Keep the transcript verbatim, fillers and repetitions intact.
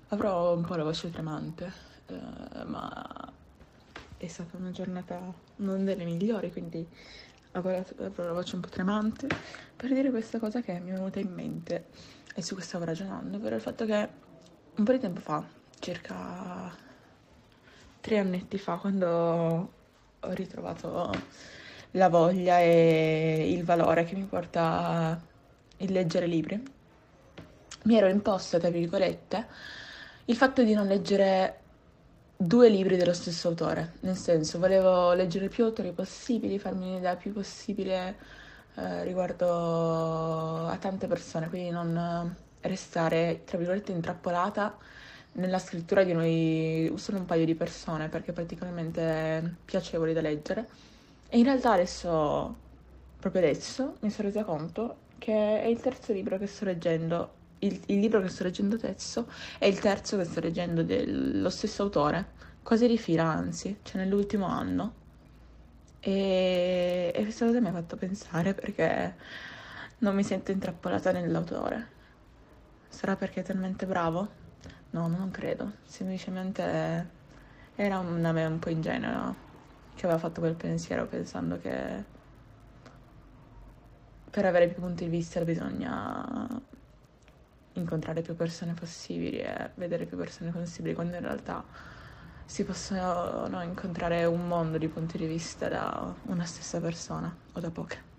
Avrò un po' la voce tremante, eh, ma è stata una giornata non delle migliori, quindi avrò, avrò la voce un po' tremante per dire questa cosa che mi è venuta in mente e su cui stavo ragionando, ovvero il fatto che un po' di tempo fa, circa tre annetti fa, quando ho ritrovato la voglia e il valore che mi porta il leggere libri, mi ero imposta, tra virgolette, il fatto di non leggere due libri dello stesso autore, nel senso volevo leggere più autori possibili, farmi un'idea più possibile eh, riguardo a tante persone, quindi non restare, tra virgolette, intrappolata nella scrittura di noi, solo un paio di persone, perché praticamente piacevoli da leggere. E in realtà adesso, proprio adesso, mi sono resa conto che è il terzo libro che sto leggendo, il, il libro che sto leggendo adesso è il terzo che sto leggendo dello stesso autore, quasi di fila anzi, cioè nell'ultimo anno. E, e questa cosa mi ha fatto pensare perché non mi sento intrappolata nell'autore. Sarà perché è talmente bravo? No, non credo. Semplicemente era una me un po' ingenua che aveva fatto quel pensiero pensando che per avere più punti di vista bisogna incontrare più persone possibili e vedere più persone possibili, quando in realtà si possono incontrare un mondo di punti di vista da una stessa persona o da poche.